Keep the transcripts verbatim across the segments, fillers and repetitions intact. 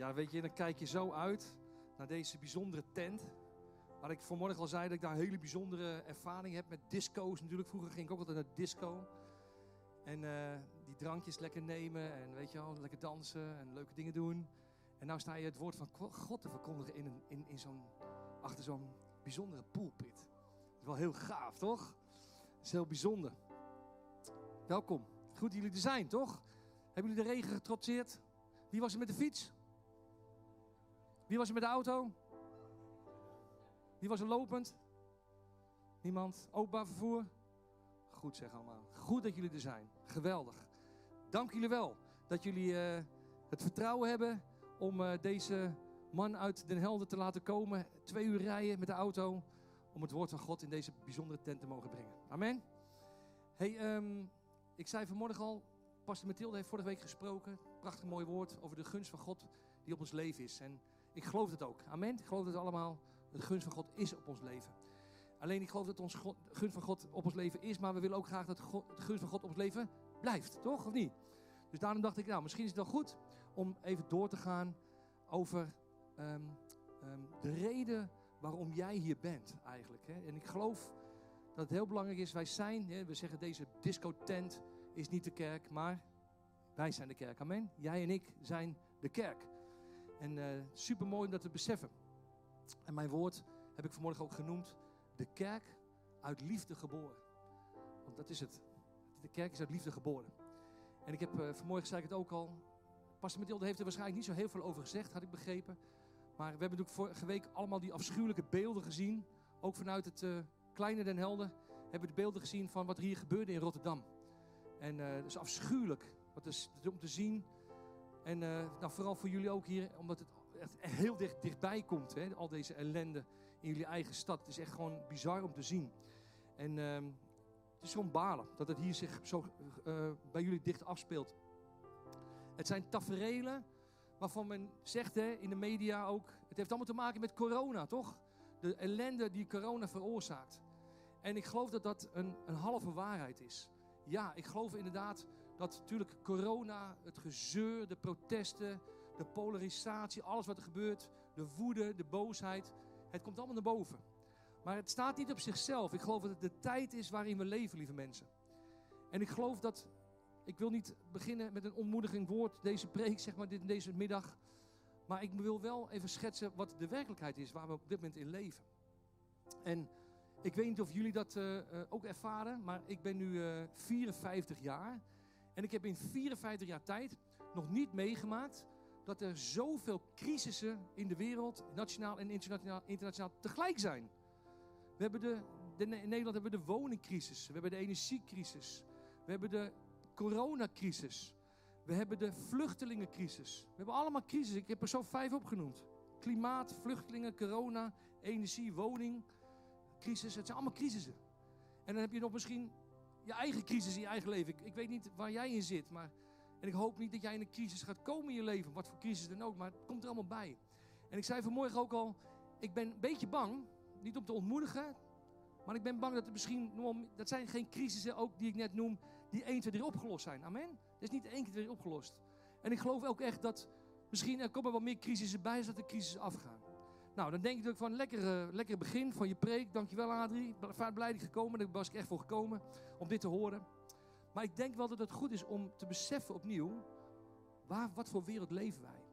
Ja, weet je, dan kijk je zo uit naar deze bijzondere tent. Waar ik vanmorgen al zei dat ik daar een hele bijzondere ervaring heb met disco's. Natuurlijk, vroeger ging ik ook altijd naar de disco. En uh, die drankjes lekker nemen en weet je wel, lekker dansen en leuke dingen doen. En nou sta je het woord van God te verkondigen in een, in, in zo'n, achter zo'n bijzondere pulpit. Dat is wel heel gaaf, toch? Dat is heel bijzonder. Welkom. Goed dat jullie er zijn, toch? Hebben jullie de regen getrotseerd? Wie was er met de fiets? Wie was er met de auto? Wie was er lopend? Niemand? Openbaar vervoer? Goed zeg allemaal. Goed dat jullie er zijn. Geweldig. Dank jullie wel dat jullie uh, het vertrouwen hebben om uh, deze man uit Den Helder te laten komen. Twee uur rijden met de auto om het woord van God in deze bijzondere tent te mogen brengen. Amen. Hey, um, ik zei vanmorgen al, Pastor Mathilde heeft vorige week gesproken. Prachtig mooi woord over de gunst van God die op ons leven is. En ik geloof het ook. Amen. Ik geloof het allemaal. De gunst van God is op ons leven. Alleen ik geloof dat ons God, de gunst van God op ons leven is. Maar we willen ook graag dat God, de gunst van God op ons leven blijft. Toch? Of niet? Dus daarom dacht ik, nou misschien is het wel goed om even door te gaan over um, um, de reden waarom jij hier bent eigenlijk. Hè? En ik geloof dat het heel belangrijk is. Wij zijn, hè, we zeggen deze discotent is niet de kerk, maar wij zijn de kerk. Amen. Jij en ik zijn de kerk. En uh, super mooi om dat te beseffen. En mijn woord heb ik vanmorgen ook genoemd. De kerk uit liefde geboren. Want dat is het. De kerk is uit liefde geboren. En ik heb uh, vanmorgen zei ik het ook al. Pastor Mathilde heeft er waarschijnlijk niet zo heel veel over gezegd, had ik begrepen. Maar we hebben natuurlijk vorige week allemaal die afschuwelijke beelden gezien. Ook vanuit het uh, kleine Den Helder hebben we de beelden gezien van wat er hier gebeurde in Rotterdam. En uh, dat is afschuwelijk wat is, om te zien. En uh, nou, vooral voor jullie ook hier, omdat het echt heel dicht, dichtbij komt. Hè? Al deze ellende in jullie eigen stad. Het is echt gewoon bizar om te zien. En uh, het is gewoon balen dat het hier zich zo uh, bij jullie dicht afspeelt. Het zijn taferelen waarvan men zegt hè, in de media ook. Het heeft allemaal te maken met corona, toch? De ellende die corona veroorzaakt. En ik geloof dat dat een, een halve waarheid is. Ja, ik geloof inderdaad dat natuurlijk corona, het gezeur, de protesten, de polarisatie, alles wat er gebeurt, de woede, de boosheid, het komt allemaal naar boven. Maar het staat niet op zichzelf. Ik geloof dat het de tijd is waarin we leven, lieve mensen. En ik geloof dat, ik wil niet beginnen met een ontmoedigend woord, deze preek, zeg maar, dit, deze middag. Maar ik wil wel even schetsen wat de werkelijkheid is waar we op dit moment in leven. En ik weet niet of jullie dat uh, uh, ook ervaren, maar ik ben nu uh, vierenvijftig jaar. En ik heb in vierenvijftig jaar tijd nog niet meegemaakt dat er zoveel crisissen in de wereld, nationaal en internationaal, internationaal tegelijk zijn. We hebben de, de, in Nederland hebben we de woningcrisis, we hebben de energiecrisis, we hebben de coronacrisis, we hebben de vluchtelingencrisis. We hebben allemaal crisis, ik heb er zo vijf opgenoemd. Klimaat, vluchtelingen, corona, energie, woning, crisis, het zijn allemaal crisissen. En dan heb je nog misschien je eigen crisis in je eigen leven. Ik, ik weet niet waar jij in zit, maar en ik hoop niet dat jij in een crisis gaat komen in je leven, wat voor crisis dan ook, maar het komt er allemaal bij. En ik zei vanmorgen ook al, ik ben een beetje bang, niet om te ontmoedigen, maar ik ben bang dat het misschien, dat zijn geen crisissen ook die ik net noem, die één, twee, drie opgelost zijn. Amen? Dat is niet één keer drie opgelost. En ik geloof ook echt dat misschien er komen wel meer crisissen bij, zodat de crisis afgaan. Nou, dan denk ik dat ik van een lekkere, lekkere begin van je preek. Dankjewel Adrie, vaart blij dat je gekomen. Daar was ik echt voor gekomen om dit te horen. Maar ik denk wel dat het goed is om te beseffen opnieuw, waar, wat voor wereld leven wij?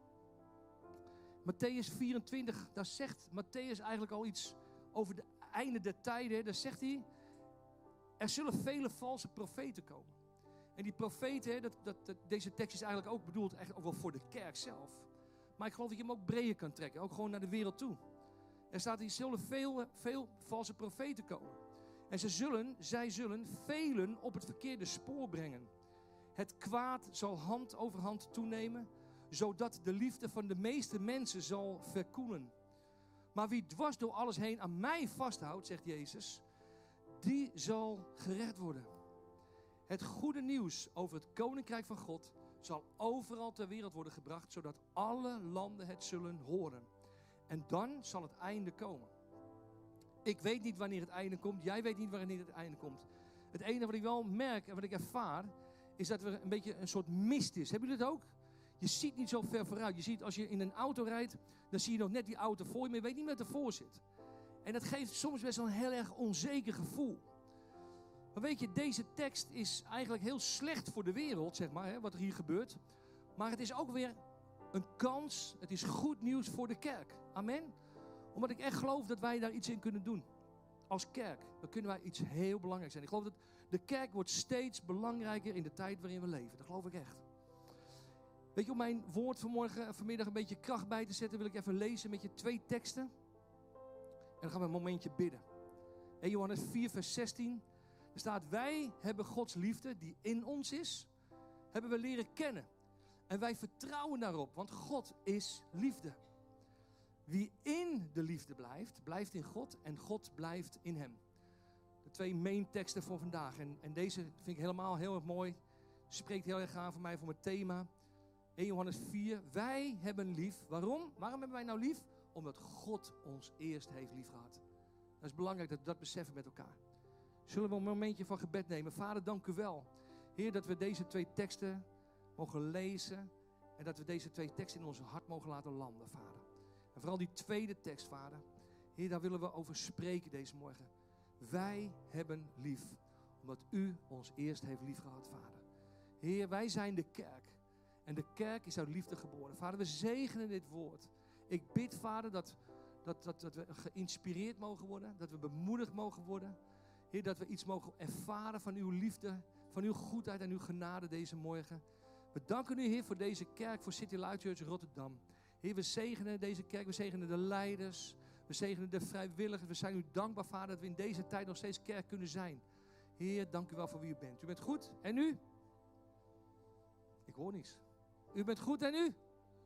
Matthäus vierentwintig, daar zegt Matthäus eigenlijk al iets over het einde der tijden. Daar zegt hij, er zullen vele valse profeten komen. En die profeten, dat, dat, dat, deze tekst is eigenlijk ook bedoeld eigenlijk ook wel voor de kerk zelf. Maar ik geloof dat je hem ook breder kan trekken, ook gewoon naar de wereld toe. Er staat, er zullen veel, veel valse profeten komen. En ze zullen, zij zullen velen op het verkeerde spoor brengen. Het kwaad zal hand over hand toenemen, zodat de liefde van de meeste mensen zal verkoelen. Maar wie dwars door alles heen aan mij vasthoudt, zegt Jezus, die zal gered worden. Het goede nieuws over het koninkrijk van God zal overal ter wereld worden gebracht, zodat alle landen het zullen horen. En dan zal het einde komen. Ik weet niet wanneer het einde komt. Jij weet niet wanneer het einde komt. Het enige wat ik wel merk en wat ik ervaar, is dat er een beetje een soort mist is. Hebben jullie dat ook? Je ziet niet zo ver vooruit. Je ziet als je in een auto rijdt, dan zie je nog net die auto voor je, maar je weet niet meer wat ervoor zit. En dat geeft soms best wel een heel erg onzeker gevoel. Maar weet je, deze tekst is eigenlijk heel slecht voor de wereld, zeg maar, hè, wat er hier gebeurt. Maar het is ook weer een kans, het is goed nieuws voor de kerk. Amen. Omdat ik echt geloof dat wij daar iets in kunnen doen. Als kerk, dan kunnen wij iets heel belangrijks zijn. Ik geloof dat de kerk wordt steeds belangrijker in de tijd waarin we leven. Dat geloof ik echt. Weet je, om mijn woord vanmorgen, vanmiddag een beetje kracht bij te zetten, wil ik even lezen met je twee teksten. En dan gaan we een momentje bidden. In Johannes vier vers zestien. Er staat, wij hebben Gods liefde die in ons is, hebben we leren kennen. En wij vertrouwen daarop, want God is liefde. Wie in de liefde blijft, blijft in God en God blijft in hem. De twee main teksten voor vandaag. En, en deze vind ik helemaal heel erg mooi. Spreekt heel erg aan voor mij, voor mijn thema. in Johannes vier, wij hebben lief. Waarom? Waarom hebben wij nou lief? Omdat God ons eerst heeft lief gehad. Dat is belangrijk dat we dat beseffen met elkaar. Zullen we een momentje van gebed nemen? Vader, dank u wel. Heer, dat we deze twee teksten mogen lezen. En dat we deze twee teksten in ons hart mogen laten landen, Vader. En vooral die tweede tekst, Vader. Heer, daar willen we over spreken deze morgen. Wij hebben lief. Omdat u ons eerst heeft lief gehad, Vader. Heer, wij zijn de kerk. En de kerk is uit liefde geboren. Vader, we zegenen dit woord. Ik bid, Vader, dat, dat, dat, dat we geïnspireerd mogen worden. Dat we bemoedigd mogen worden. Heer, dat we iets mogen ervaren van uw liefde, van uw goedheid en uw genade deze morgen. We danken u, Heer, voor deze kerk, voor City Light Church Rotterdam. Heer, we zegenen deze kerk, we zegenen de leiders, we zegenen de vrijwilligers. We zijn u dankbaar, Vader, dat we in deze tijd nog steeds kerk kunnen zijn. Heer, dank u wel voor wie u bent. U bent goed en u? Ik hoor niets. U bent goed en u?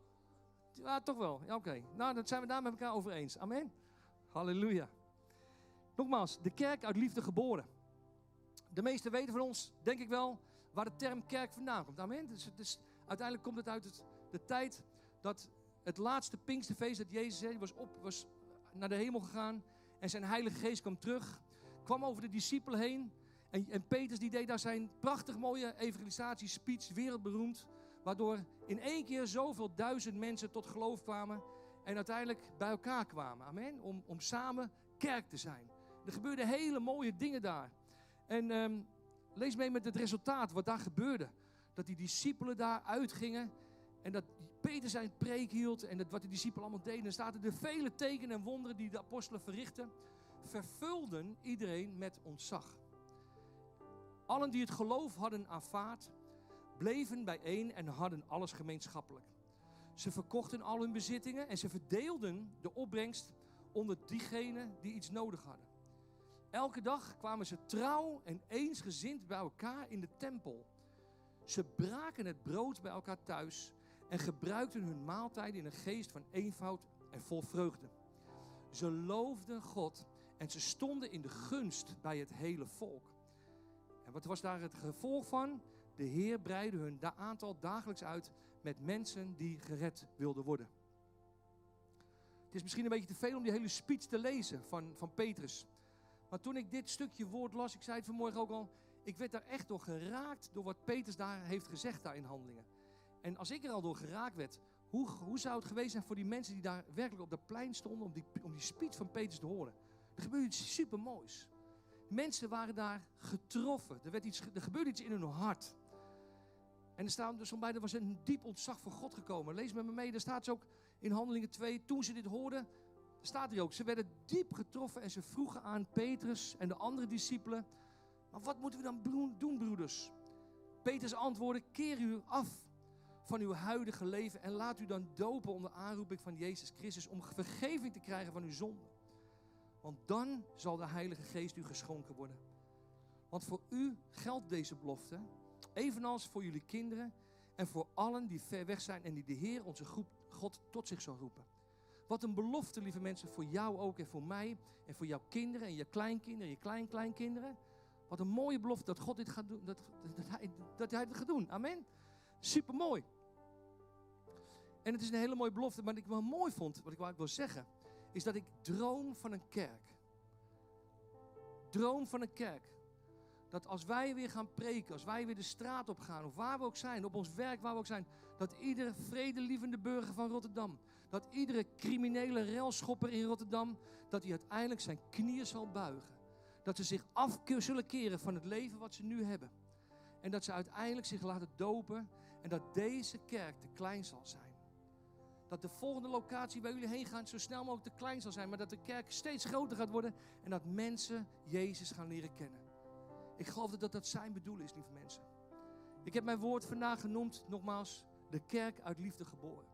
Ja, toch wel. Ja, oké. Okay. Nou, dan zijn we daar met elkaar over eens. Amen. Halleluja. Nogmaals, de kerk uit liefde geboren. De meesten weten van ons, denk ik wel, waar de term kerk vandaan komt. Amen. Dus, dus uiteindelijk komt het uit het, de tijd dat het laatste Pinksterfeest dat Jezus zei, was, op, was naar de hemel gegaan. En zijn Heilige Geest kwam terug. Kwam over de discipelen heen. En, en Petrus die deed daar zijn prachtig mooie evangelisatiespeech, wereldberoemd. Waardoor in één keer zoveel duizend mensen tot geloof kwamen. En uiteindelijk bij elkaar kwamen. Amen. Om, om samen kerk te zijn. Er gebeurden hele mooie dingen daar. En um, lees mee met het resultaat wat daar gebeurde. Dat die discipelen daar uitgingen. En dat Peter zijn preek hield. En dat wat de discipelen allemaal deden. En staat er de vele tekenen en wonderen die de apostelen verrichtten. Vervulden iedereen met ontzag. Allen die het geloof hadden aanvaard. Bleven bijeen en hadden alles gemeenschappelijk. Ze verkochten al hun bezittingen. En ze verdeelden de opbrengst onder diegenen die iets nodig hadden. Elke dag kwamen ze trouw en eensgezind bij elkaar in de tempel. Ze braken het brood bij elkaar thuis en gebruikten hun maaltijden in een geest van eenvoud en vol vreugde. Ze loofden God en ze stonden in de gunst bij het hele volk. En wat was daar het gevolg van? De Heer breidde hun aantal dagelijks uit met mensen die gered wilden worden. Het is misschien een beetje te veel om die hele speech te lezen van, van Petrus. Maar toen ik dit stukje woord las, ik zei het vanmorgen ook al, ik werd daar echt door geraakt door wat Petrus daar heeft gezegd daar in Handelingen. En als ik er al door geraakt werd, hoe, hoe zou het geweest zijn voor die mensen die daar werkelijk op dat plein stonden om die, om die speech van Petrus te horen? Er gebeurde iets supermoois. Mensen waren daar getroffen. Er, werd iets, er gebeurde iets in hun hart. En er staat dus bij, er was een diep ontzag voor God gekomen. Lees met me mee, daar staat ze ook in Handelingen twee. Toen ze dit hoorden, staat er ook. Ze werden diep getroffen en ze vroegen aan Petrus en de andere discipelen. Maar wat moeten we dan doen, broeders? Petrus antwoordde, keer u af van uw huidige leven en laat u dan dopen onder aanroeping van Jezus Christus om vergeving te krijgen van uw zonden. Want dan zal de Heilige Geest u geschonken worden. Want voor u geldt deze belofte, evenals voor jullie kinderen en voor allen die ver weg zijn en die de Heer, onze God, tot zich zal roepen. Wat een belofte, lieve mensen, voor jou ook en voor mij en voor jouw kinderen en je kleinkinderen en je kleinkleinkinderen. Wat een mooie belofte dat God dit gaat doen, dat, dat, hij, dat hij dit gaat doen. Amen. Super mooi. En het is een hele mooie belofte, maar wat ik wel mooi vond, wat ik wel wil zeggen, is dat ik droom van een kerk. Droom van een kerk. Dat als wij weer gaan preken, als wij weer de straat op gaan, of waar we ook zijn, op ons werk waar we ook zijn, Dat iedere vredelievende burger van Rotterdam, dat iedere criminele railschopper in Rotterdam, dat hij uiteindelijk zijn knieën zal buigen. Dat ze zich af zullen keren van het leven wat ze nu hebben. En dat ze uiteindelijk zich laten dopen en dat deze kerk te klein zal zijn. Dat de volgende locatie waar jullie heen gaan zo snel mogelijk te klein zal zijn. Maar dat de kerk steeds groter gaat worden. En dat mensen Jezus gaan leren kennen. Ik geloof dat dat zijn bedoeling is, lieve mensen. Ik heb mijn woord vandaag genoemd, nogmaals, de kerk uit liefde geboren.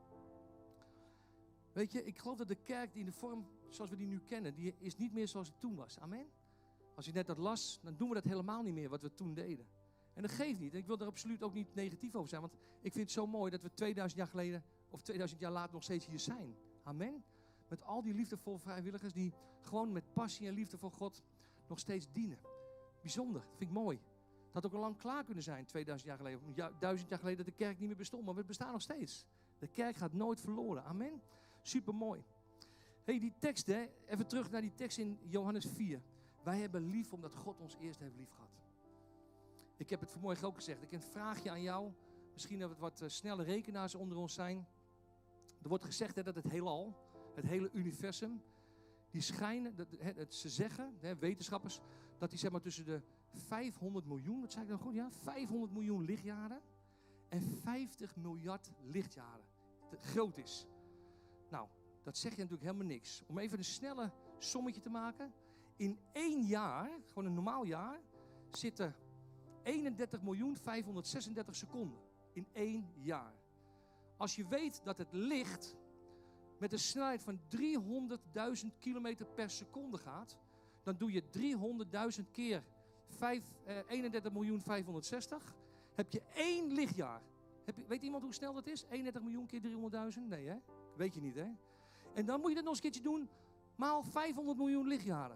Weet je, ik geloof dat de kerk die in de vorm zoals we die nu kennen, die is niet meer zoals het toen was. Amen. Als je net dat las, dan doen we dat helemaal niet meer wat we toen deden. En dat geeft niet. En ik wil er absoluut ook niet negatief over zijn. Want ik vind het zo mooi dat we tweeduizend jaar geleden of tweeduizend jaar later nog steeds hier zijn. Amen. Met al die liefdevolle vrijwilligers die gewoon met passie en liefde voor God nog steeds dienen. Bijzonder. Dat vind ik mooi. Dat had ook al lang klaar kunnen zijn, tweeduizend jaar geleden. Of duizend jaar geleden dat de kerk niet meer bestond. Maar we bestaan nog steeds. De kerk gaat nooit verloren. Amen. Super mooi. Hey, die tekst, hè. Even terug naar die tekst in Johannes vier. Wij hebben lief omdat God ons eerst heeft lief gehad. Ik heb het vanmorgen ook gezegd. Ik heb een vraagje aan jou. Misschien dat het wat uh, snelle rekenaars onder ons zijn. Er wordt gezegd hè, dat het heelal, het hele universum, die schijnen, dat, hè, dat ze zeggen, hè, wetenschappers, dat die zeg maar tussen de vijfhonderd miljoen, wat zei ik nou goed, ja? vijfhonderd miljoen lichtjaren en vijftig miljard lichtjaren groot is. Nou, dat zeg je natuurlijk helemaal niks. Om even een snelle sommetje te maken. In één jaar, gewoon een normaal jaar, zitten eenendertig miljoen vijfhonderdzesendertig seconden. In één jaar. Als je weet dat het licht met een snelheid van driehonderdduizend kilometer per seconde gaat, dan doe je driehonderdduizend keer eenendertig miljoen vijfhonderdzestig. Heb je één lichtjaar. Heb je, weet iemand hoe snel dat is? eenendertig miljoen keer driehonderdduizend? Nee, hè? Weet je niet, hè? En dan moet je dat nog eens een keertje doen, maal vijfhonderd miljoen lichtjaren.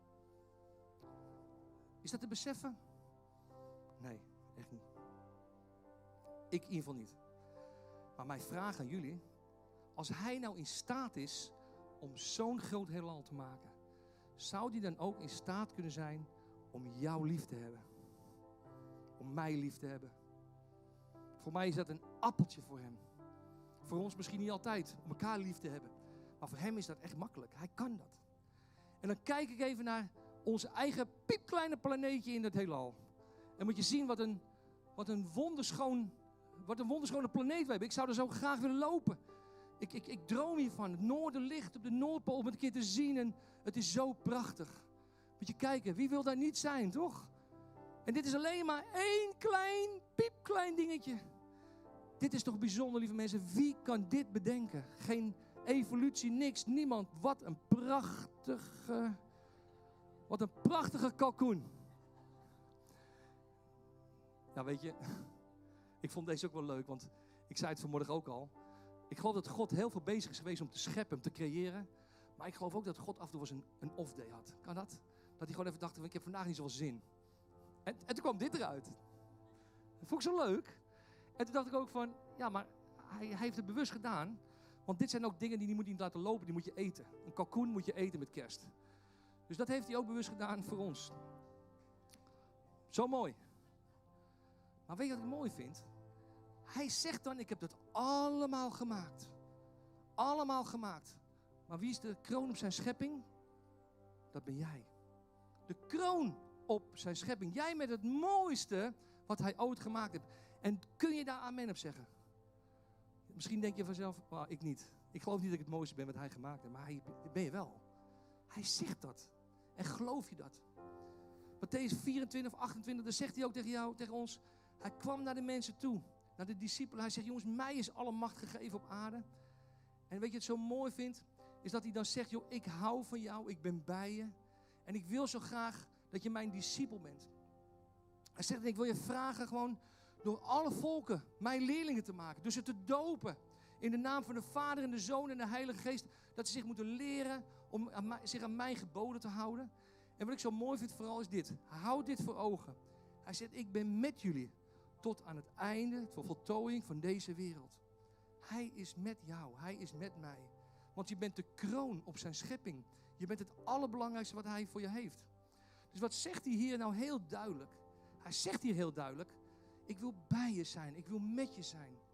Is dat te beseffen? Nee, echt niet. Ik in ieder geval niet. Maar mijn vraag aan jullie, als hij nou in staat is om zo'n groot heelal te maken, zou die dan ook in staat kunnen zijn om jou lief te hebben? Om mij lief te hebben? Voor mij is dat een appeltje voor hem. Voor ons misschien niet altijd, om elkaar lief te hebben. Maar voor hem is dat echt makkelijk. Hij kan dat. En dan kijk ik even naar ons eigen piepkleine planeetje in het heelal. En moet je zien wat een, wat een wonderschoon, wat een wonderschone planeet we hebben. Ik zou er zo graag willen lopen. Ik, ik, ik droom hiervan. Het noorderlicht op de Noordpool om het een keer te zien. En het is zo prachtig. Moet je kijken, wie wil daar niet zijn, toch? En dit is alleen maar één klein, piepklein dingetje. Dit is toch bijzonder, lieve mensen. Wie kan dit bedenken? Geen evolutie, niks, niemand. Wat een prachtige, wat een prachtige kalkoen. Nou, weet je, ik vond deze ook wel leuk, want ik zei het vanmorgen ook al. Ik geloof dat God heel veel bezig is geweest om te scheppen, om te creëren. Maar ik geloof ook dat God af en toe eens een, een off-day had. Kan dat? Dat hij gewoon even dacht, ik heb vandaag niet zoveel zin. En, en toen kwam dit eruit. Dat vond ik zo leuk. En toen dacht ik ook van, ja, maar hij, hij heeft het bewust gedaan. Want dit zijn ook dingen die moet hij niet laten lopen, die moet je eten. Een kalkoen moet je eten met kerst. Dus dat heeft hij ook bewust gedaan voor ons. Zo mooi. Maar weet je wat ik mooi vind? Hij zegt dan, ik heb dat allemaal gemaakt. Allemaal gemaakt. Maar wie is de kroon op zijn schepping? Dat ben jij. De kroon op zijn schepping. Jij met het mooiste wat hij ooit gemaakt heeft. En kun je daar amen op zeggen? Misschien denk je vanzelf, well, ik niet. Ik geloof niet dat ik het mooiste ben wat hij gemaakt heeft. Maar hij, ben je wel. Hij zegt dat. En geloof je dat? Mattheüs vierentwintig, achtentwintig, daar zegt hij ook tegen jou, tegen ons. Hij kwam naar de mensen toe. Naar de discipelen. Hij zegt, jongens, mij is alle macht gegeven op aarde. En weet je wat ik zo mooi vind? Is dat hij dan zegt, joh, ik hou van jou. Ik ben bij je. En ik wil zo graag dat je mijn discipel bent. Hij zegt, ik wil je vragen gewoon door alle volken mijn leerlingen te maken. Dus ze te dopen. In de naam van de Vader en de Zoon en de Heilige Geest. Dat ze zich moeten leren om aan mij, zich aan mijn geboden te houden. En wat ik zo mooi vind vooral is dit. Houd dit voor ogen. Hij zegt, ik ben met jullie. Tot aan het einde, tot voltooiing van deze wereld. Hij is met jou. Hij is met mij. Want je bent de kroon op zijn schepping. Je bent het allerbelangrijkste wat hij voor je heeft. Dus wat zegt hij hier nou heel duidelijk? Hij zegt hier heel duidelijk. Ik wil bij je zijn. Ik wil met je zijn.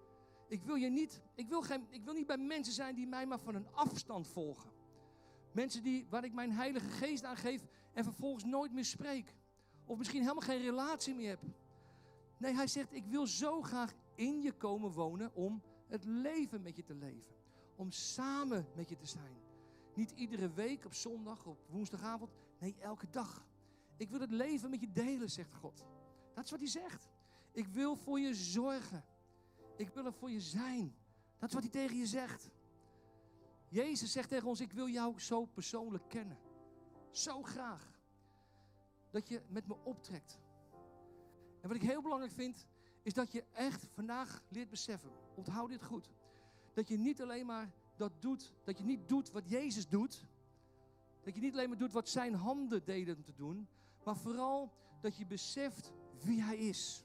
Ik wil, je niet, ik, wil geen, ik wil niet bij mensen zijn die mij maar van een afstand volgen. Mensen die, waar ik mijn heilige geest aan geef en vervolgens nooit meer spreek. Of misschien helemaal geen relatie meer heb. Nee, hij zegt, ik wil zo graag in je komen wonen om het leven met je te leven. Om samen met je te zijn. Niet iedere week op zondag, op woensdagavond. Nee, elke dag. Ik wil het leven met je delen, zegt God. Dat is wat hij zegt. Ik wil voor je zorgen. Ik wil er voor je zijn. Dat is wat hij tegen je zegt. Jezus zegt tegen ons, ik wil jou zo persoonlijk kennen. Zo graag. Dat je met me optrekt. En wat ik heel belangrijk vind, is dat je echt vandaag leert beseffen. Onthoud dit goed. Dat je niet alleen maar dat doet, dat je niet doet wat Jezus doet. Dat je niet alleen maar doet wat zijn handen deden om te doen. Maar vooral dat je beseft wie hij is.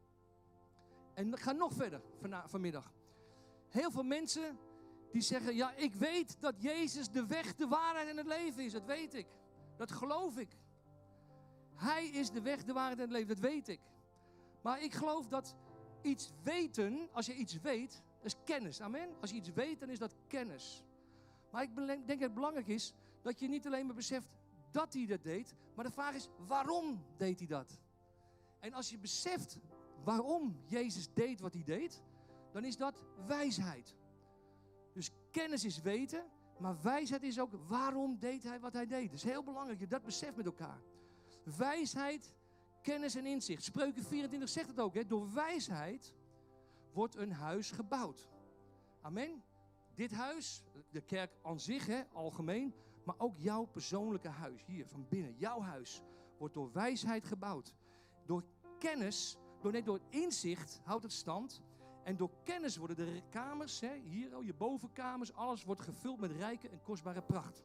En ga nog verder van, vanmiddag. Heel veel mensen die zeggen, ja, ik weet dat Jezus de weg, de waarheid en het leven is. Dat weet ik. Dat geloof ik. Hij is de weg, de waarheid en het leven. Dat weet ik. Maar ik geloof dat iets weten, als je iets weet, dat is kennis. Amen. Als je iets weet, dan is dat kennis. Maar ik denk dat het belangrijk is dat je niet alleen maar beseft dat hij dat deed. Maar de vraag is, waarom deed hij dat? En als je beseft waarom Jezus deed wat hij deed, dan is dat wijsheid. Dus kennis is weten, maar wijsheid is ook waarom deed hij wat hij deed. Dat is heel belangrijk, je dat beseft met elkaar. Wijsheid, kennis en inzicht. Spreuken vierentwintig zegt het ook. Hè? Door wijsheid wordt een huis gebouwd. Amen. Dit huis, de kerk aan zich, hè, algemeen, maar ook jouw persoonlijke huis, hier van binnen, jouw huis, wordt door wijsheid gebouwd. Door kennis, door, nee, door inzicht houdt het stand. En door kennis worden de kamers, hè, hier, oh, je bovenkamers, alles wordt gevuld met rijke en kostbare pracht.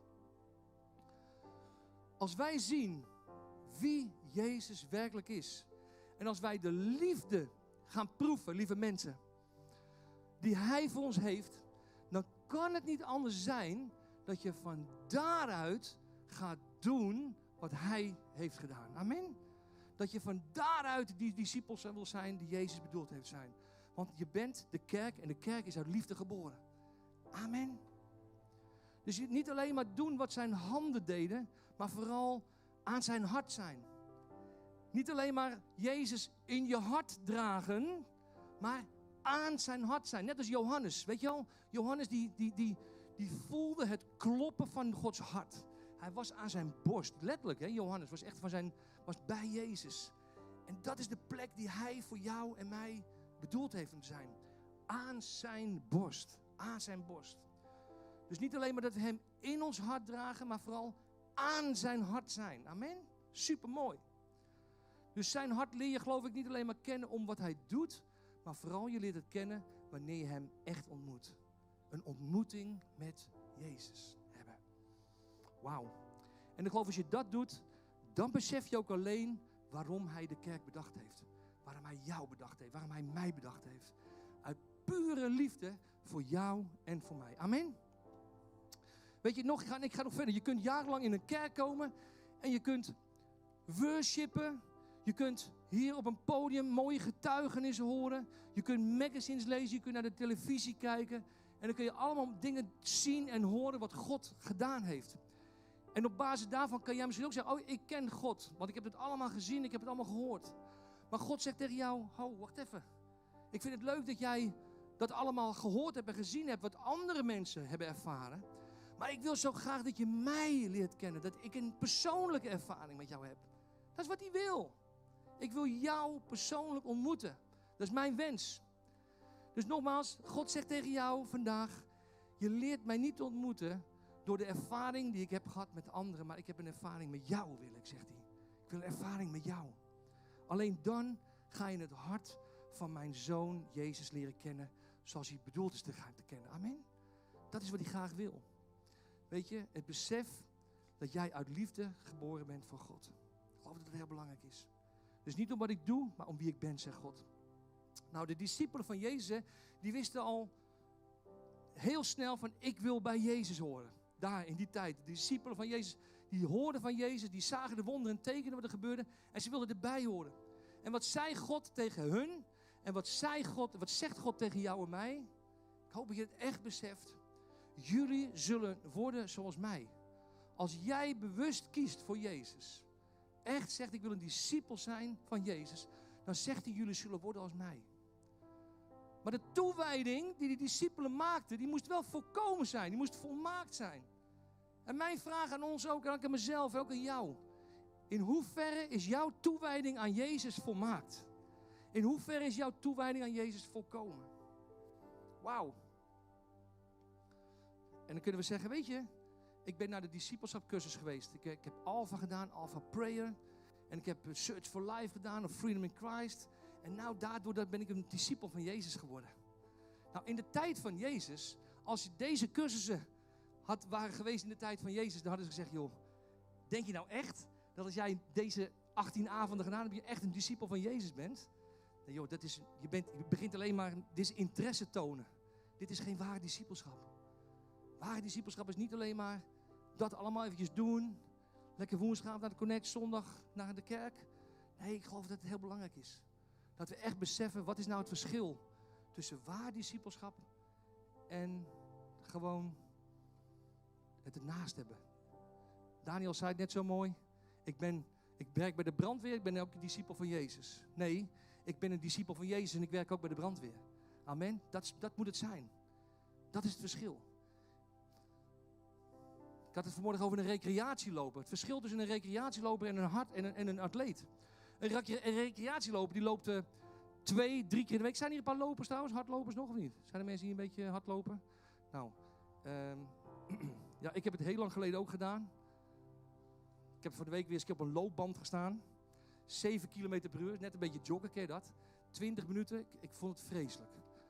Als wij zien wie Jezus werkelijk is. En als wij de liefde gaan proeven, lieve mensen, die hij voor ons heeft, dan kan het niet anders zijn dat je van daaruit gaat doen wat hij heeft gedaan. Amen. Dat je van daaruit die discipels wil zijn die Jezus bedoeld heeft zijn. Want je bent de kerk en de kerk is uit liefde geboren. Amen. Dus je niet alleen maar doen wat zijn handen deden, maar vooral aan zijn hart zijn. Niet alleen maar Jezus in je hart dragen, maar aan zijn hart zijn. Net als Johannes, weet je wel? Johannes die, die, die, die voelde het kloppen van Gods hart. Hij was aan zijn borst, letterlijk. Hè? Johannes was echt van zijn, was bij Jezus. En dat is de plek die hij voor jou en mij bedoeld heeft om te zijn. Aan zijn borst. Aan zijn borst. Dus niet alleen maar dat we hem in ons hart dragen, maar vooral aan zijn hart zijn. Amen. Supermooi. Dus zijn hart leer je geloof ik niet alleen maar kennen om wat hij doet, maar vooral je leert het kennen wanneer je hem echt ontmoet. Een ontmoeting met Jezus hebben. Wauw. En ik geloof als je dat doet, dan besef je ook alleen waarom hij de kerk bedacht heeft. Waarom hij jou bedacht heeft. Waarom hij mij bedacht heeft. Uit pure liefde voor jou en voor mij. Amen. Weet je nog, ik ga, ik ga nog verder. Je kunt jarenlang in een kerk komen en je kunt worshipen. Je kunt hier op een podium mooie getuigenissen horen. Je kunt magazines lezen, je kunt naar de televisie kijken. En dan kun je allemaal dingen zien en horen wat God gedaan heeft. En op basis daarvan kan jij misschien ook zeggen, oh, ik ken God. Want ik heb het allemaal gezien, ik heb het allemaal gehoord. Maar God zegt tegen jou, oh, wacht even. Ik vind het leuk dat jij dat allemaal gehoord hebt en gezien hebt, wat andere mensen hebben ervaren. Maar ik wil zo graag dat je mij leert kennen. Dat ik een persoonlijke ervaring met jou heb. Dat is wat hij wil. Ik wil jou persoonlijk ontmoeten. Dat is mijn wens. Dus nogmaals, God zegt tegen jou vandaag, je leert mij niet ontmoeten door de ervaring die ik heb gehad met anderen. Maar ik heb een ervaring met jou, wil ik, zegt hij. Ik wil een ervaring met jou. Alleen dan ga je het hart van mijn zoon Jezus leren kennen zoals hij bedoeld is te gaan te kennen. Amen. Dat is wat hij graag wil. Weet je, het besef dat jij uit liefde geboren bent voor God. Ik geloof dat het heel belangrijk is. Dus niet om wat ik doe, maar om wie ik ben, zegt God. Nou, de discipelen van Jezus, die wisten al heel snel van, ik wil bij Jezus horen. Daar, in die tijd. De discipelen van Jezus, die hoorden van Jezus, die zagen de wonderen en tekenen wat er gebeurde. En ze wilden erbij horen. En wat zei God tegen hun? En wat, zei God, wat zegt God tegen jou en mij? Ik hoop dat je het echt beseft. Jullie zullen worden zoals mij. Als jij bewust kiest voor Jezus. Echt zegt, ik wil een discipel zijn van Jezus. Dan zegt hij, jullie zullen worden als mij. Maar de toewijding die die discipelen maakten, die moest wel volkomen zijn. Die moest volmaakt zijn. En mijn vraag aan ons ook, en ook aan mezelf, ook aan jou. In hoeverre is jouw toewijding aan Jezus volmaakt? In hoeverre is jouw toewijding aan Jezus volkomen? Wauw. En dan kunnen we zeggen, weet je, ik ben naar de discipelschapcursus geweest. Ik, ik heb Alpha gedaan, Alpha Prayer. En ik heb Search for Life gedaan, of Freedom in Christ. En nou, daardoor ben ik een discipel van Jezus geworden. Nou, in de tijd van Jezus, als deze cursussen had, waren geweest in de tijd van Jezus, dan hadden ze gezegd, joh, denk je nou echt dat als jij deze achttien avonden gedaan hebt, je echt een discipel van Jezus bent? Nee, joh, dat is, je, bent, je begint alleen maar, dit is interesse tonen. Dit is geen ware discipelschap. Ware discipelschap is niet alleen maar dat allemaal eventjes doen. Lekker woensdagavond naar de Connect, zondag naar de kerk. Nee, ik geloof dat het heel belangrijk is. Dat we echt beseffen, wat is nou het verschil tussen waar discipelschap en gewoon het ernaast hebben. Daniel zei het net zo mooi. Ik, ben, ik werk bij de brandweer, ik ben ook een discipel van Jezus. Nee, ik ben een discipel van Jezus en ik werk ook bij de brandweer. Amen, dat, dat moet het zijn. Dat is het verschil. Ik had het vanmorgen over een recreatieloper. Het verschil tussen een recreatieloper en een, hard, en een, en een atleet. Een, een recreatieloper die loopt uh, twee, drie keer in de week. Zijn hier een paar lopers trouwens? Hardlopers nog of niet? Zijn er mensen die een beetje hardlopen? Nou, um, ja, ik heb het heel lang geleden ook gedaan. Ik heb voor de week weer eens op een loopband gestaan. zeven kilometer per uur, net een beetje joggen, ken je dat? twintig minuten, ik, ik vond het vreselijk.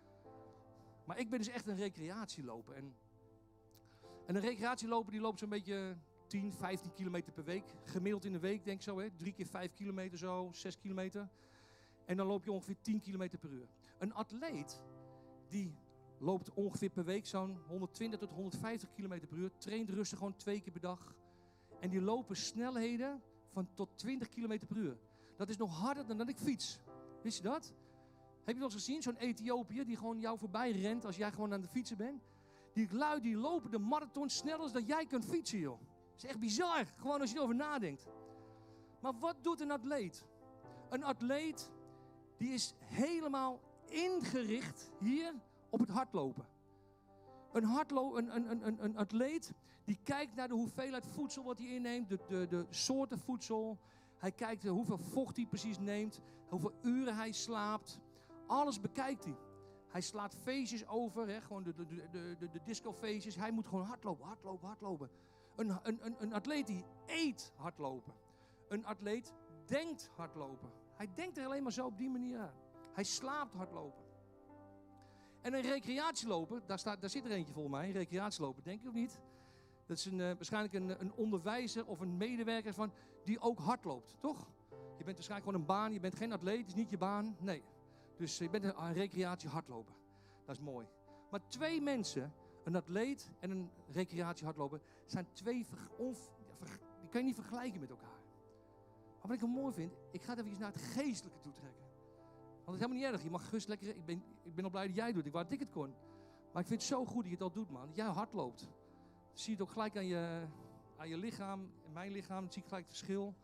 Maar ik ben dus echt een recreatieloper. En, en een recreatieloper die loopt zo'n beetje tien, vijftien kilometer per week. Gemiddeld in de week, denk ik zo, hè? Drie keer vijf kilometer zo, zes kilometer. En dan loop je ongeveer tien kilometer per uur. Een atleet, die loopt ongeveer per week zo'n honderdtwintig tot honderdvijftig kilometer per uur. Traint rustig gewoon twee keer per dag. En die lopen snelheden van tot twintig kilometer per uur. Dat is nog harder dan dat ik fiets. Wist je dat? Heb je wel eens gezien? Zo'n Ethiopiër die gewoon jou voorbij rent als jij gewoon aan het fietsen bent. Die lui die lopen de marathon sneller dan jij kunt fietsen, joh. Dat is echt bizar, gewoon als je erover nadenkt. Maar wat doet een atleet? Een atleet die is helemaal ingericht hier op het hardlopen. Een, hardlo- een, een, een, een atleet die kijkt naar de hoeveelheid voedsel wat hij inneemt, de, de, de soorten voedsel. Hij kijkt hoeveel vocht hij precies neemt, hoeveel uren hij slaapt. Alles bekijkt hij. Hij slaat feestjes over, hè, gewoon de, de, de, de, de discofeestjes. Hij moet gewoon hardlopen, hardlopen, hardlopen. Een, een, een, een atleet die eet hardlopen. Een atleet denkt hardlopen. Hij denkt er alleen maar zo op die manier aan. Hij slaapt hardlopen. En een recreatieloper, daar, staat, daar zit er eentje volgens mij, een recreatieloper, denk ik of niet? Dat is een, uh, waarschijnlijk een, een onderwijzer of een medewerker van, die ook hardloopt, toch? Je bent waarschijnlijk gewoon een baan, je bent geen atleet, het is niet je baan, nee. Dus je bent een, een recreatie hardloper, dat is mooi. Maar twee mensen, een atleet en een recreatie hardloper, zijn twee, ver, onv, ver, die kan je niet vergelijken met elkaar. Maar wat ik wel mooi vind, ik ga het even naar het geestelijke toe trekken. Want het is helemaal niet erg. Je mag gerust lekker... Ik ben, ik ben al blij dat jij het doet. Ik wou dat ik het kon. Maar ik vind het zo goed dat je het al doet, man. Dat jij hard loopt. Dan zie je het ook gelijk aan je, aan je lichaam. En mijn lichaam. Dan zie ik gelijk het verschil.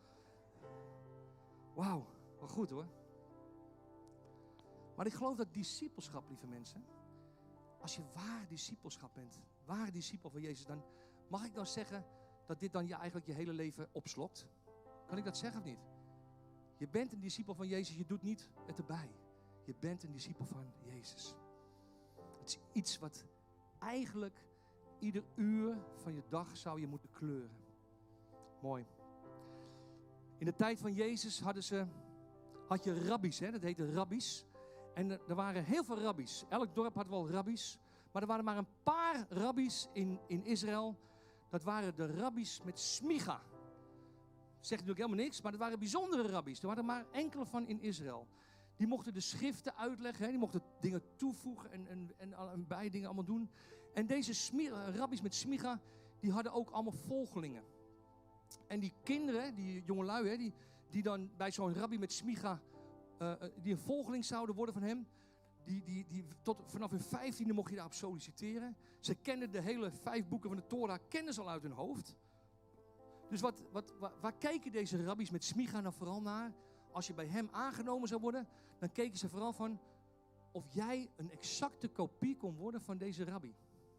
Wauw. Wat goed, hoor. Maar ik geloof dat discipelschap, lieve mensen. Als je waar discipelschap bent. Waar discipel van Jezus. Dan mag ik dan zeggen dat dit dan je eigenlijk je hele leven opslokt. Kan ik dat zeggen of niet? Je bent een discipel van Jezus, je doet niet het erbij. Je bent een discipel van Jezus. Het is iets wat eigenlijk ieder uur van je dag zou je moeten kleuren. Mooi. In de tijd van Jezus hadden ze, had je rabbies, hè? Dat heette rabbies. En er waren heel veel rabbies. Elk dorp had wel rabbies. Maar er waren maar een paar rabbies in, in Israël. Dat waren de rabbies met smicha. Zegt natuurlijk helemaal niks, maar het waren bijzondere rabbies. Er waren er maar enkele van in Israël. Die mochten de schriften uitleggen, hè? Die mochten dingen toevoegen en, en, en, en bij dingen allemaal doen. En deze smicha, rabbies met smicha, die hadden ook allemaal volgelingen. En die kinderen, die jongelui, hè, die, die dan bij zo'n rabbi met smicha uh, die een volgeling zouden worden van hem. Die, die, die, tot, vanaf hun vijftiende mocht je daarop solliciteren. Ze kenden de hele vijf boeken van de Torah, kennen ze al uit hun hoofd. Dus wat, wat, waar, waar keken deze rabbies met Smicha nou vooral naar? Als je bij hem aangenomen zou worden, dan keken ze vooral van of jij een exacte kopie kon worden van deze rabbi.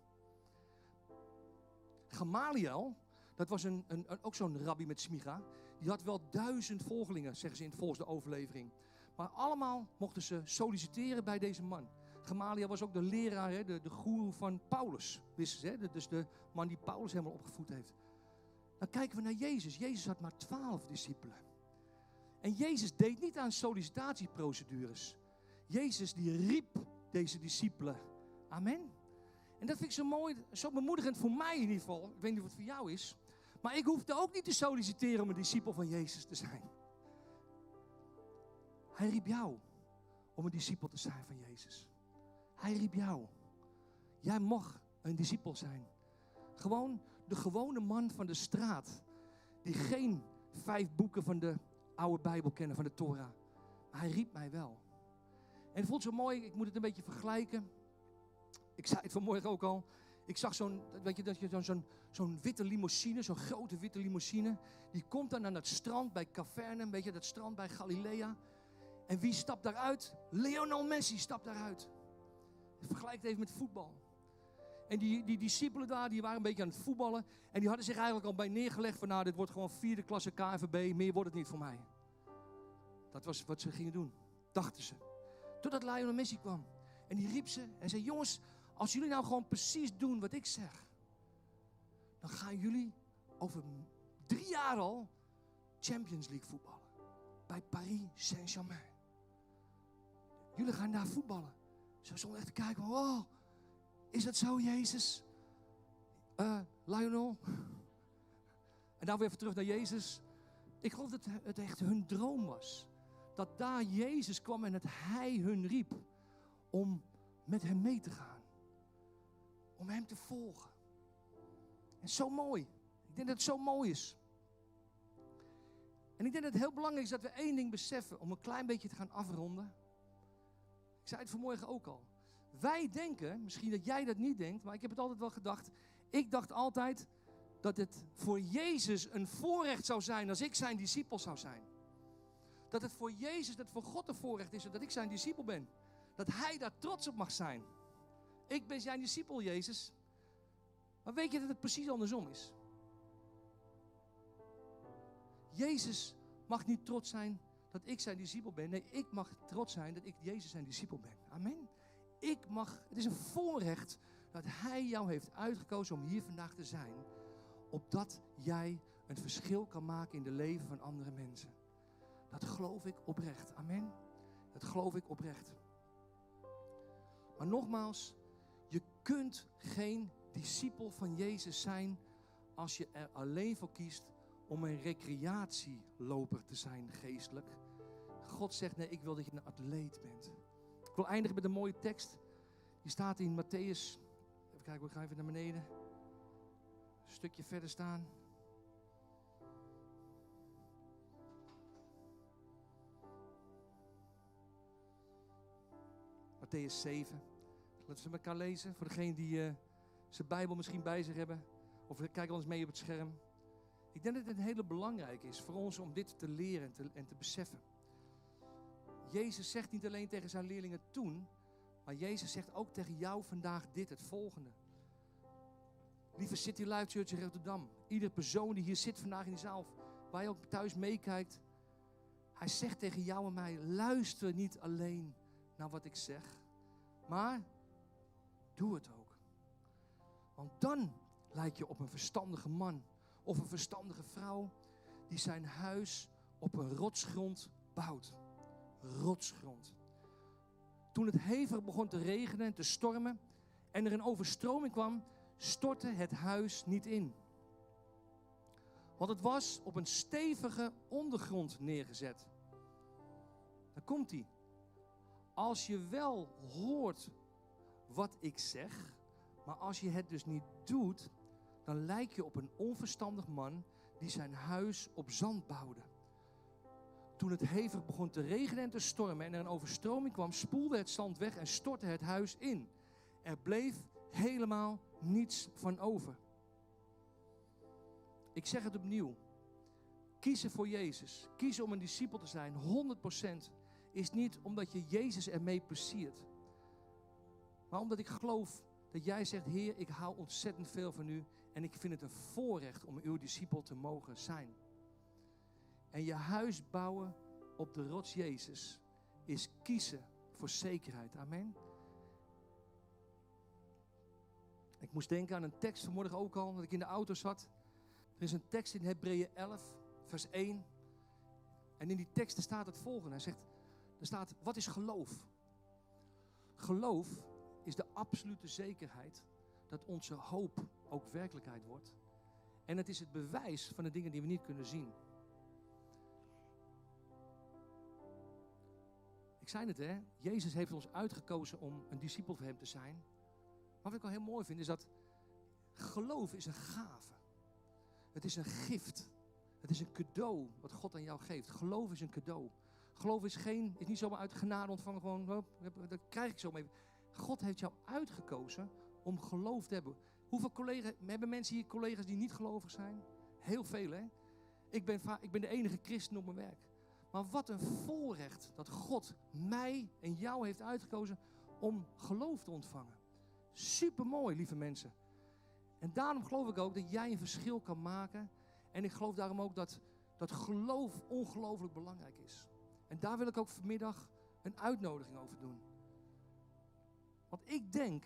Gamaliel, dat was een, een, een, ook zo'n rabbi met Smicha. Die had wel duizend volgelingen, zeggen ze in volgens de overlevering. Maar allemaal mochten ze solliciteren bij deze man. Gamaliel was ook de leraar, hè, de, de goeroe van Paulus. Wisten ze, hè? Dus de man die Paulus helemaal opgevoed heeft. Dan kijken we naar Jezus. Jezus had maar twaalf discipelen. En Jezus deed niet aan sollicitatieprocedures. Jezus die riep deze discipelen. Amen. En dat vind ik zo mooi, zo bemoedigend voor mij in ieder geval. Ik weet niet of het voor jou is. Maar ik hoefde ook niet te solliciteren om een discipel van Jezus te zijn. Hij riep jou om een discipel te zijn van Jezus. Hij riep jou. Jij mag een discipel zijn. Gewoon de gewone man van de straat. Die geen vijf boeken van de oude Bijbel kennen, van de Torah. Maar hij riep mij wel. En het voelt zo mooi, ik moet het een beetje vergelijken. Ik zei het vanmorgen ook al. Ik zag zo'n, weet je, dat je zo'n, zo'n, zo'n witte limousine, zo'n grote witte limousine. Die komt dan naar het strand bij Capernaum, weet je, dat strand bij Galilea. En wie stapt daaruit? Lionel Messi stapt daaruit. Vergelijk het even met voetbal. En die, die discipelen daar, die waren een beetje aan het voetballen. En die hadden zich eigenlijk al bij neergelegd van, nou, dit wordt gewoon vierde klasse K N V B. Meer wordt het niet voor mij. Dat was wat ze gingen doen, dachten ze. Totdat Lionel Messi kwam. En die riep ze en zei, jongens, als jullie nou gewoon precies doen wat ik zeg, dan gaan jullie over drie jaar al Champions League voetballen. Bij Paris Saint-Germain. Jullie gaan daar voetballen. Ze stonden echt te kijken, oh, is dat zo, Jezus? Uh, Lionel? En dan weer even terug naar Jezus. Ik geloof dat het echt hun droom was. Dat daar Jezus kwam en dat hij hun riep om met hem mee te gaan. Om hem te volgen. En zo mooi. Ik denk dat het zo mooi is. En ik denk dat het heel belangrijk is dat we één ding beseffen. Om een klein beetje te gaan afronden. Ik zei het vanmorgen ook al. Wij denken, misschien dat jij dat niet denkt, maar ik heb het altijd wel gedacht. Ik dacht altijd dat het voor Jezus een voorrecht zou zijn als ik zijn discipel zou zijn. Dat het voor Jezus, dat het voor God een voorrecht is dat ik zijn discipel ben. Dat hij daar trots op mag zijn. Ik ben zijn discipel, Jezus. Maar weet je dat het precies andersom is? Jezus mag niet trots zijn dat ik zijn discipel ben. Nee, ik mag trots zijn dat ik Jezus zijn discipel ben. Amen. Ik mag, het is een voorrecht dat hij jou heeft uitgekozen om hier vandaag te zijn. Opdat jij een verschil kan maken in de leven van andere mensen. Dat geloof ik oprecht. Amen. Dat geloof ik oprecht. Maar nogmaals, je kunt geen discipel van Jezus zijn als je er alleen voor kiest om een recreatieloper te zijn geestelijk. God zegt, nee, ik wil dat je een atleet bent. Ik wil eindigen met een mooie tekst. Die staat in Matthäus. Even kijken, ik ga even naar beneden. Een stukje verder staan. Matthäus zeven. Laten we met elkaar lezen. Voor degenen die uh, zijn Bijbel misschien bij zich hebben. Of kijken we eens mee op het scherm. Ik denk dat het hele belangrijk is voor ons om dit te leren en te, en te beseffen. Jezus zegt niet alleen tegen zijn leerlingen toen, maar Jezus zegt ook tegen jou vandaag dit, het volgende. Lieve City Life Church in Rotterdam, iedere persoon die hier zit vandaag in die zaal, waar je ook thuis meekijkt, hij zegt tegen jou en mij, luister niet alleen naar wat ik zeg, maar doe het ook. Want dan lijk je op een verstandige man of een verstandige vrouw die zijn huis op een rotsgrond bouwt. Rotsgrond. Toen het hevig begon te regenen en te stormen en er een overstroming kwam, stortte het huis niet in. Want het was op een stevige ondergrond neergezet. Daar komt hij. Als je wel hoort wat ik zeg, maar als je het dus niet doet, dan lijk je op een onverstandig man die zijn huis op zand bouwde. Toen het hevig begon te regenen en te stormen en er een overstroming kwam, spoelde het zand weg en stortte het huis in. Er bleef helemaal niets van over. Ik zeg het opnieuw. Kiezen voor Jezus, kiezen om een discipel te zijn, honderd procent, is niet omdat je Jezus ermee pleziert. Maar omdat ik geloof dat jij zegt, Heer, ik hou ontzettend veel van u en ik vind het een voorrecht om uw discipel te mogen zijn. En je huis bouwen op de rots Jezus is kiezen voor zekerheid. Amen. Ik moest denken aan een tekst vanmorgen ook al, dat ik in de auto zat. Er is een tekst in Hebreeën elf, vers één. En in die tekst staat het volgende. Hij zegt, er staat, wat is geloof? Geloof is de absolute zekerheid dat onze hoop ook werkelijkheid wordt. En het is het bewijs van de dingen die we niet kunnen zien. Ik zei het, hè. Jezus heeft ons uitgekozen om een discipel van hem te zijn. Maar wat ik wel heel mooi vind, is dat geloof is een gave. Het is een gift. Het is een cadeau wat God aan jou geeft. Geloof is een cadeau. Geloof is, geen, is niet zomaar uit genade ontvangen, gewoon, oh, dat krijg ik zo mee. God heeft jou uitgekozen om geloof te hebben. Hoeveel collega's, hebben mensen hier collega's die niet gelovig zijn? Heel veel, hè? Ik ben, ik ben de enige christen op mijn werk. Maar wat een voorrecht dat God mij en jou heeft uitgekozen om geloof te ontvangen. Supermooi, lieve mensen. En daarom geloof ik ook dat jij een verschil kan maken. En ik geloof daarom ook dat, dat geloof ongelooflijk belangrijk is. En daar wil ik ook vanmiddag een uitnodiging over doen. Want ik denk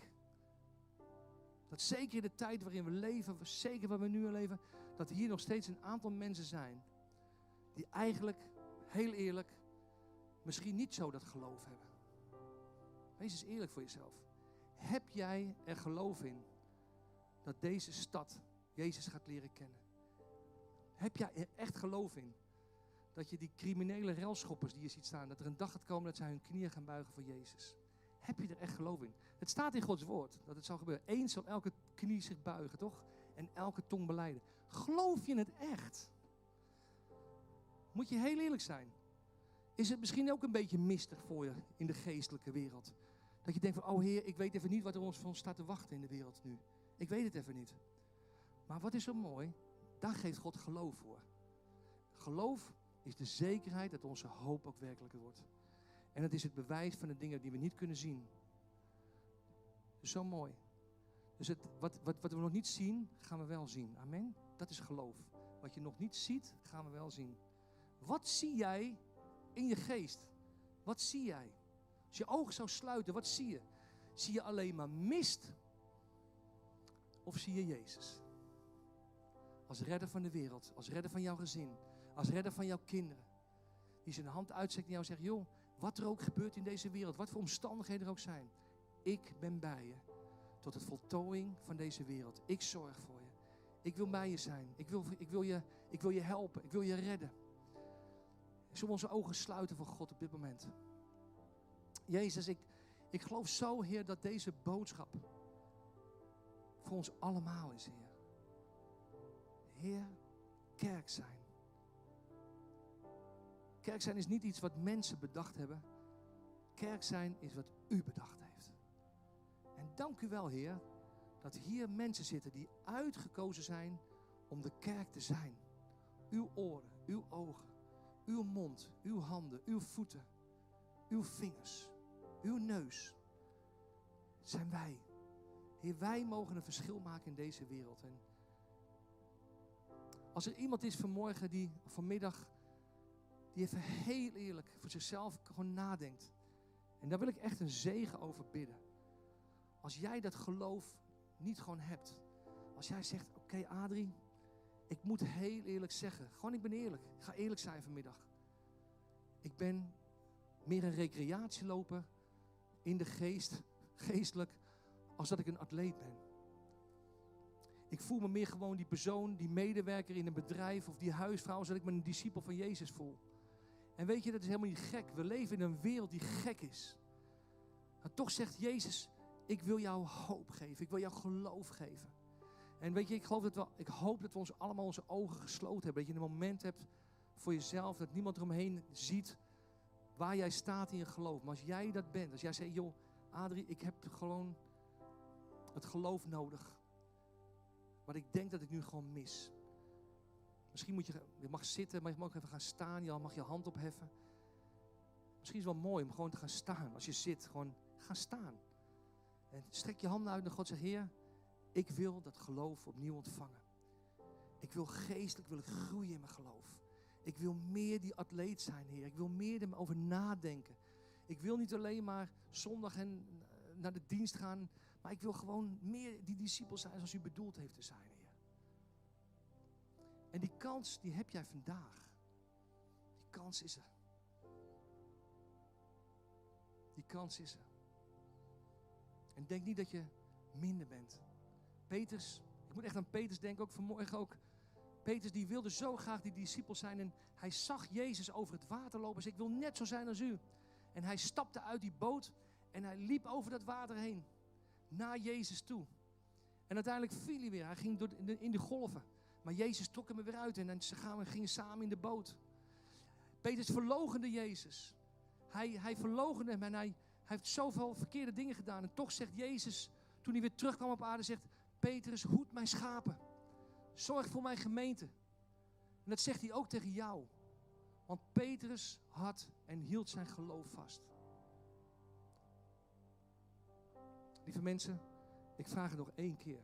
dat zeker in de tijd waarin we leven, zeker waar we nu in leven, dat hier nog steeds een aantal mensen zijn die eigenlijk, heel eerlijk, misschien niet zo dat geloof hebben. Wees eens eerlijk voor jezelf. Heb jij er geloof in dat deze stad Jezus gaat leren kennen? Heb jij er echt geloof in dat je die criminele relschoppers die je ziet staan, dat er een dag gaat komen dat zij hun knieën gaan buigen voor Jezus? Heb je er echt geloof in? Het staat in Gods woord dat het zal gebeuren. Eens zal elke knie zich buigen, toch? En elke tong belijden. Geloof je het echt? Moet je heel eerlijk zijn. Is het misschien ook een beetje mistig voor je in de geestelijke wereld? Dat je denkt van, oh Heer, ik weet even niet wat er ons van staat te wachten in de wereld nu. Ik weet het even niet. Maar wat is zo mooi? Daar geeft God geloof voor. Geloof is de zekerheid dat onze hoop ook werkelijker wordt. En het is het bewijs van de dingen die we niet kunnen zien. Dus zo mooi. Dus het, wat, wat, wat we nog niet zien, gaan we wel zien. Amen. Dat is geloof. Wat je nog niet ziet, gaan we wel zien. Wat zie jij in je geest? Wat zie jij? Als je ogen zou sluiten, wat zie je? Zie je alleen maar mist? Of zie je Jezus? Als redder van de wereld, als redder van jouw gezin, als redder van jouw kinderen. Die zijn hand uitzet naar jou en zegt, joh, wat er ook gebeurt in deze wereld, wat voor omstandigheden er ook zijn. Ik ben bij je tot het voltooiing van deze wereld. Ik zorg voor je. Ik wil bij je zijn. Ik wil, ik wil, je, ik wil je helpen. Ik wil je redden. Zullen we onze ogen sluiten voor God op dit moment? Jezus, ik, ik geloof zo, Heer, dat deze boodschap voor ons allemaal is, Heer. Heer, kerk zijn. Kerk zijn is niet iets wat mensen bedacht hebben. Kerk zijn is wat u bedacht heeft. En dank u wel, Heer, dat hier mensen zitten die uitgekozen zijn om de kerk te zijn. Uw oren, uw ogen, uw mond, uw handen, uw voeten, uw vingers, uw neus. Zijn wij. Heer, wij mogen een verschil maken in deze wereld. En als er iemand is vanmorgen die vanmiddag die even heel eerlijk voor zichzelf gewoon nadenkt. En daar wil ik echt een zegen over bidden. Als jij dat geloof niet gewoon hebt. Als jij zegt, oké okay, Adrie, ik moet heel eerlijk zeggen. Gewoon, ik ben eerlijk. Ik ga eerlijk zijn vanmiddag. Ik ben meer een recreatieloper in de geest, geestelijk, als dat ik een atleet ben. Ik voel me meer gewoon die persoon, die medewerker in een bedrijf of die huisvrouw, zodat ik me een discipel van Jezus voel. En weet je, dat is helemaal niet gek. We leven in een wereld die gek is. Maar toch zegt Jezus, ik wil jou hoop geven. Ik wil jou geloof geven. En weet je, ik, geloof dat we, ik hoop dat we ons allemaal onze ogen gesloten hebben. Dat je een moment hebt voor jezelf, dat niemand eromheen ziet waar jij staat in je geloof. Maar als jij dat bent, als jij zegt, joh, Adrie, ik heb gewoon het geloof nodig. Wat ik denk dat ik nu gewoon mis. Misschien moet je, je mag zitten, maar je mag ook even gaan staan. Je mag je hand opheffen. Misschien is het wel mooi om gewoon te gaan staan. Als je zit, gewoon gaan staan. En strek je handen uit naar God en zeg, Heer, ik wil dat geloof opnieuw ontvangen. Ik wil geestelijk wil ik groeien in mijn geloof. Ik wil meer die atleet zijn, Heer. Ik wil meer erover nadenken. Ik wil niet alleen maar zondag en naar de dienst gaan, maar ik wil gewoon meer die discipel zijn zoals u bedoeld heeft te zijn, Heer. En die kans, die heb jij vandaag. Die kans is er. Die kans is er. En denk niet dat je minder bent. Peters, ik moet echt aan Peters denken, ook vanmorgen ook. Peters die wilde zo graag die discipel zijn en hij zag Jezus over het water lopen. Hij zei, ik wil net zo zijn als u. En hij stapte uit die boot en hij liep over dat water heen. Naar Jezus toe. En uiteindelijk viel hij weer. Hij ging door de, in de golven. Maar Jezus trok hem er weer uit en ze gingen samen in de boot. Petrus verloochende Jezus. Hij, hij verloochende hem en hij, hij heeft zoveel verkeerde dingen gedaan. En toch zegt Jezus, toen hij weer terugkwam op aarde, zegt, Petrus, hoed mijn schapen. Zorg voor mijn gemeente. En dat zegt hij ook tegen jou. Want Petrus had en hield zijn geloof vast. Lieve mensen, ik vraag het nog één keer.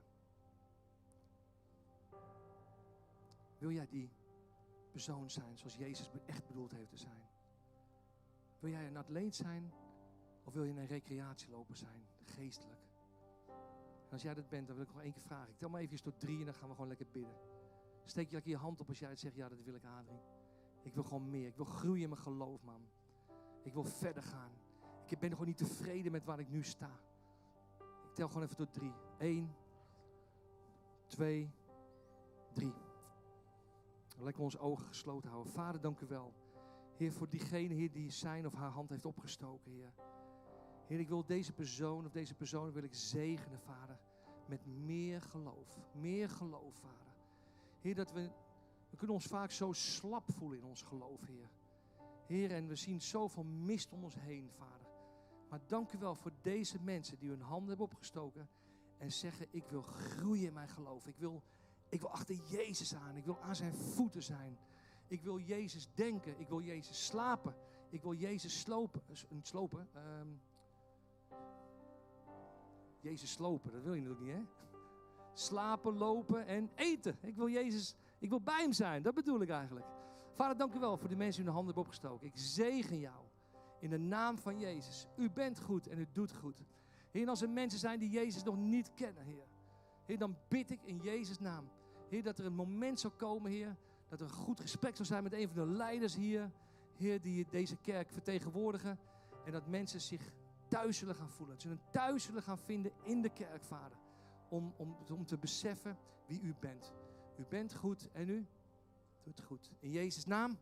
Wil jij die persoon zijn zoals Jezus echt bedoeld heeft te zijn? Wil jij een atleet zijn of wil je een recreatieloper zijn, geestelijk? En als jij dat bent, dan wil ik nog één keer vragen. Ik tel maar even tot drie en dan gaan we gewoon lekker bidden. Steek je je hand op als jij het zegt, ja dat wil ik, Adrie. Ik wil gewoon meer, ik wil groeien in mijn geloof, man. Ik wil verder gaan. Ik ben gewoon niet tevreden met waar ik nu sta. Ik tel gewoon even tot drie. Eén, twee, drie. Lekker onze ogen gesloten houden. Vader, dank u wel. Heer, voor diegene hier die zijn of haar hand heeft opgestoken, Heer. Heer, ik wil deze persoon of deze persoon wil ik zegenen, Vader. Met meer geloof. Meer geloof, Vader. Heer, dat we, we kunnen ons vaak zo slap voelen in ons geloof, Heer. Heer, en we zien zoveel mist om ons heen, Vader. Maar dank u wel voor deze mensen die hun handen hebben opgestoken. En zeggen, ik wil groeien in mijn geloof. Ik wil, ik wil achter Jezus aan. Ik wil aan zijn voeten zijn. Ik wil Jezus denken. Ik wil Jezus slapen. Ik wil Jezus slopen. slopen um, Jezus slopen, dat wil je natuurlijk niet, hè? Slapen, lopen en eten. Ik wil Jezus, ik wil bij hem zijn. Dat bedoel ik eigenlijk. Vader, dank u wel voor de mensen die hun handen hebben opgestoken. Ik zegen jou in de naam van Jezus. U bent goed en u doet goed. Heer, als er mensen zijn die Jezus nog niet kennen, Heer. Heer, dan bid ik in Jezus' naam. Heer, dat er een moment zal komen, Heer. Dat er een goed gesprek zal zijn met een van de leiders hier. Heer, die deze kerk vertegenwoordigen. En dat mensen zich thuis zullen gaan voelen. Dat ze een thuis zullen gaan vinden in de kerk, Vader. Om, om, om te beseffen wie u bent. U bent goed en u doet goed. In Jezus' naam.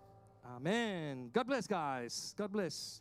Amen. God bless, guys. God bless.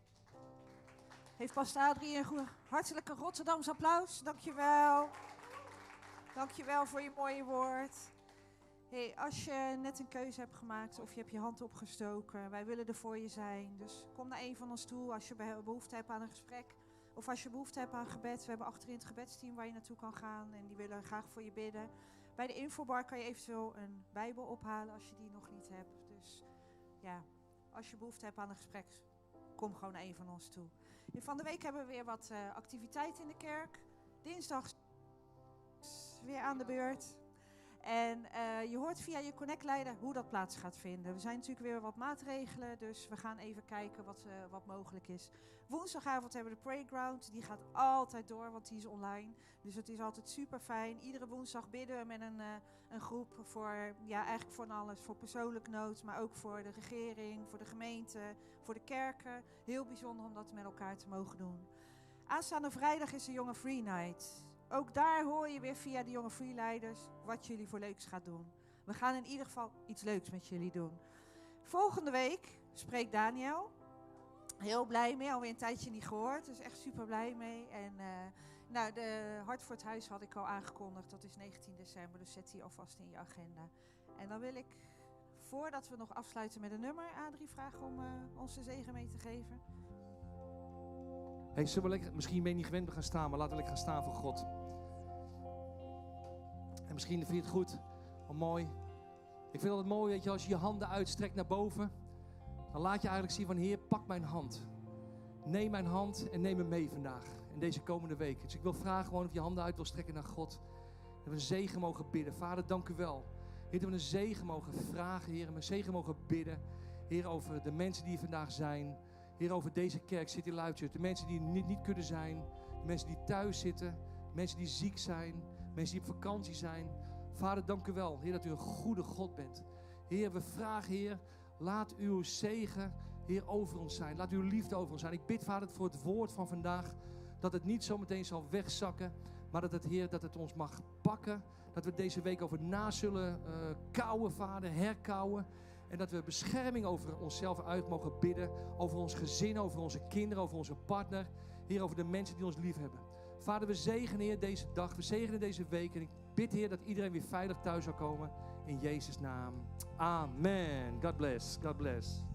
Heeft Pastor Adrie een goed, hartelijke Rotterdams applaus. Dankjewel. Dankjewel voor je mooie woord. Hey, als je net een keuze hebt gemaakt of je hebt je hand opgestoken, wij willen er voor je zijn. Dus kom naar een van ons toe als je behoefte hebt aan een gesprek. Of als je behoefte hebt aan gebed. We hebben achterin het gebedsteam waar je naartoe kan gaan. En die willen graag voor je bidden. Bij de infobar kan je eventueel een Bijbel ophalen als je die nog niet hebt. Dus ja, als je behoefte hebt aan een gesprek, kom gewoon naar een van ons toe. En van de week hebben we weer wat uh, activiteiten in de kerk. Dinsdag is weer aan de beurt. En uh, je hoort via je connectleider hoe dat plaats gaat vinden. We zijn natuurlijk weer wat maatregelen, dus we gaan even kijken wat, uh, wat mogelijk is. Woensdagavond hebben we de Playground. Die gaat altijd door, want die is online. Dus het is altijd super fijn. Iedere woensdag bidden we met een, uh, een groep voor, ja, eigenlijk voor alles. Voor persoonlijk nood, maar ook voor de regering, voor de gemeente, voor de kerken. Heel bijzonder om dat met elkaar te mogen doen. Aanstaande vrijdag is de Jonge Free Night. Ook daar hoor je weer via de jonge freeleiders wat jullie voor leuks gaat doen. We gaan in ieder geval iets leuks met jullie doen. Volgende week spreekt Daniel. Heel blij mee, alweer een tijdje niet gehoord. Dus echt super blij mee. En uh, nou, de Hart voor het Huis had ik al aangekondigd. Dat is negentien december, dus zet die alvast in je agenda. En dan wil ik voordat we nog afsluiten met een nummer, Adrie, vragen om uh, ons de zegen mee te geven. Hey, zullen we lekker, misschien ben je niet gewend te gaan staan, maar laten we lekker gaan staan voor God. En misschien vind je het goed, of mooi. Ik vind het altijd mooi, weet je, als je je handen uitstrekt naar boven, dan laat je eigenlijk zien van, Heer, pak mijn hand. Neem mijn hand en neem me mee vandaag, in deze komende week. Dus ik wil vragen gewoon of je handen uit wil strekken naar God. Dat we een zegen mogen bidden. Vader, dank u wel. Heer, dat we een zegen mogen vragen, Heer, en een zegen mogen bidden. Heer, over de mensen die hier vandaag zijn. Heer, over deze kerk, City Life Church. De mensen die niet, niet kunnen zijn. De mensen die thuis zitten. De mensen die ziek zijn. Mensen die op vakantie zijn. Vader, dank u wel, Heer, dat u een goede God bent. Heer, we vragen, Heer, laat uw zegen, Heer, over ons zijn. Laat uw liefde over ons zijn. Ik bid, Vader, voor het woord van vandaag, dat het niet zometeen zal wegzakken, maar dat het, Heer, dat het ons mag pakken. Dat we deze week over na zullen uh, kauwen, Vader, herkauwen. En dat we bescherming over onszelf uit mogen bidden. Over ons gezin, over onze kinderen, over onze partner. Heer, over de mensen die ons lief hebben. Vader, we zegenen, Heer, deze dag. We zegenen deze week. En ik bid, Heer, dat iedereen weer veilig thuis zal komen. In Jezus' naam. Amen. God bless. God bless.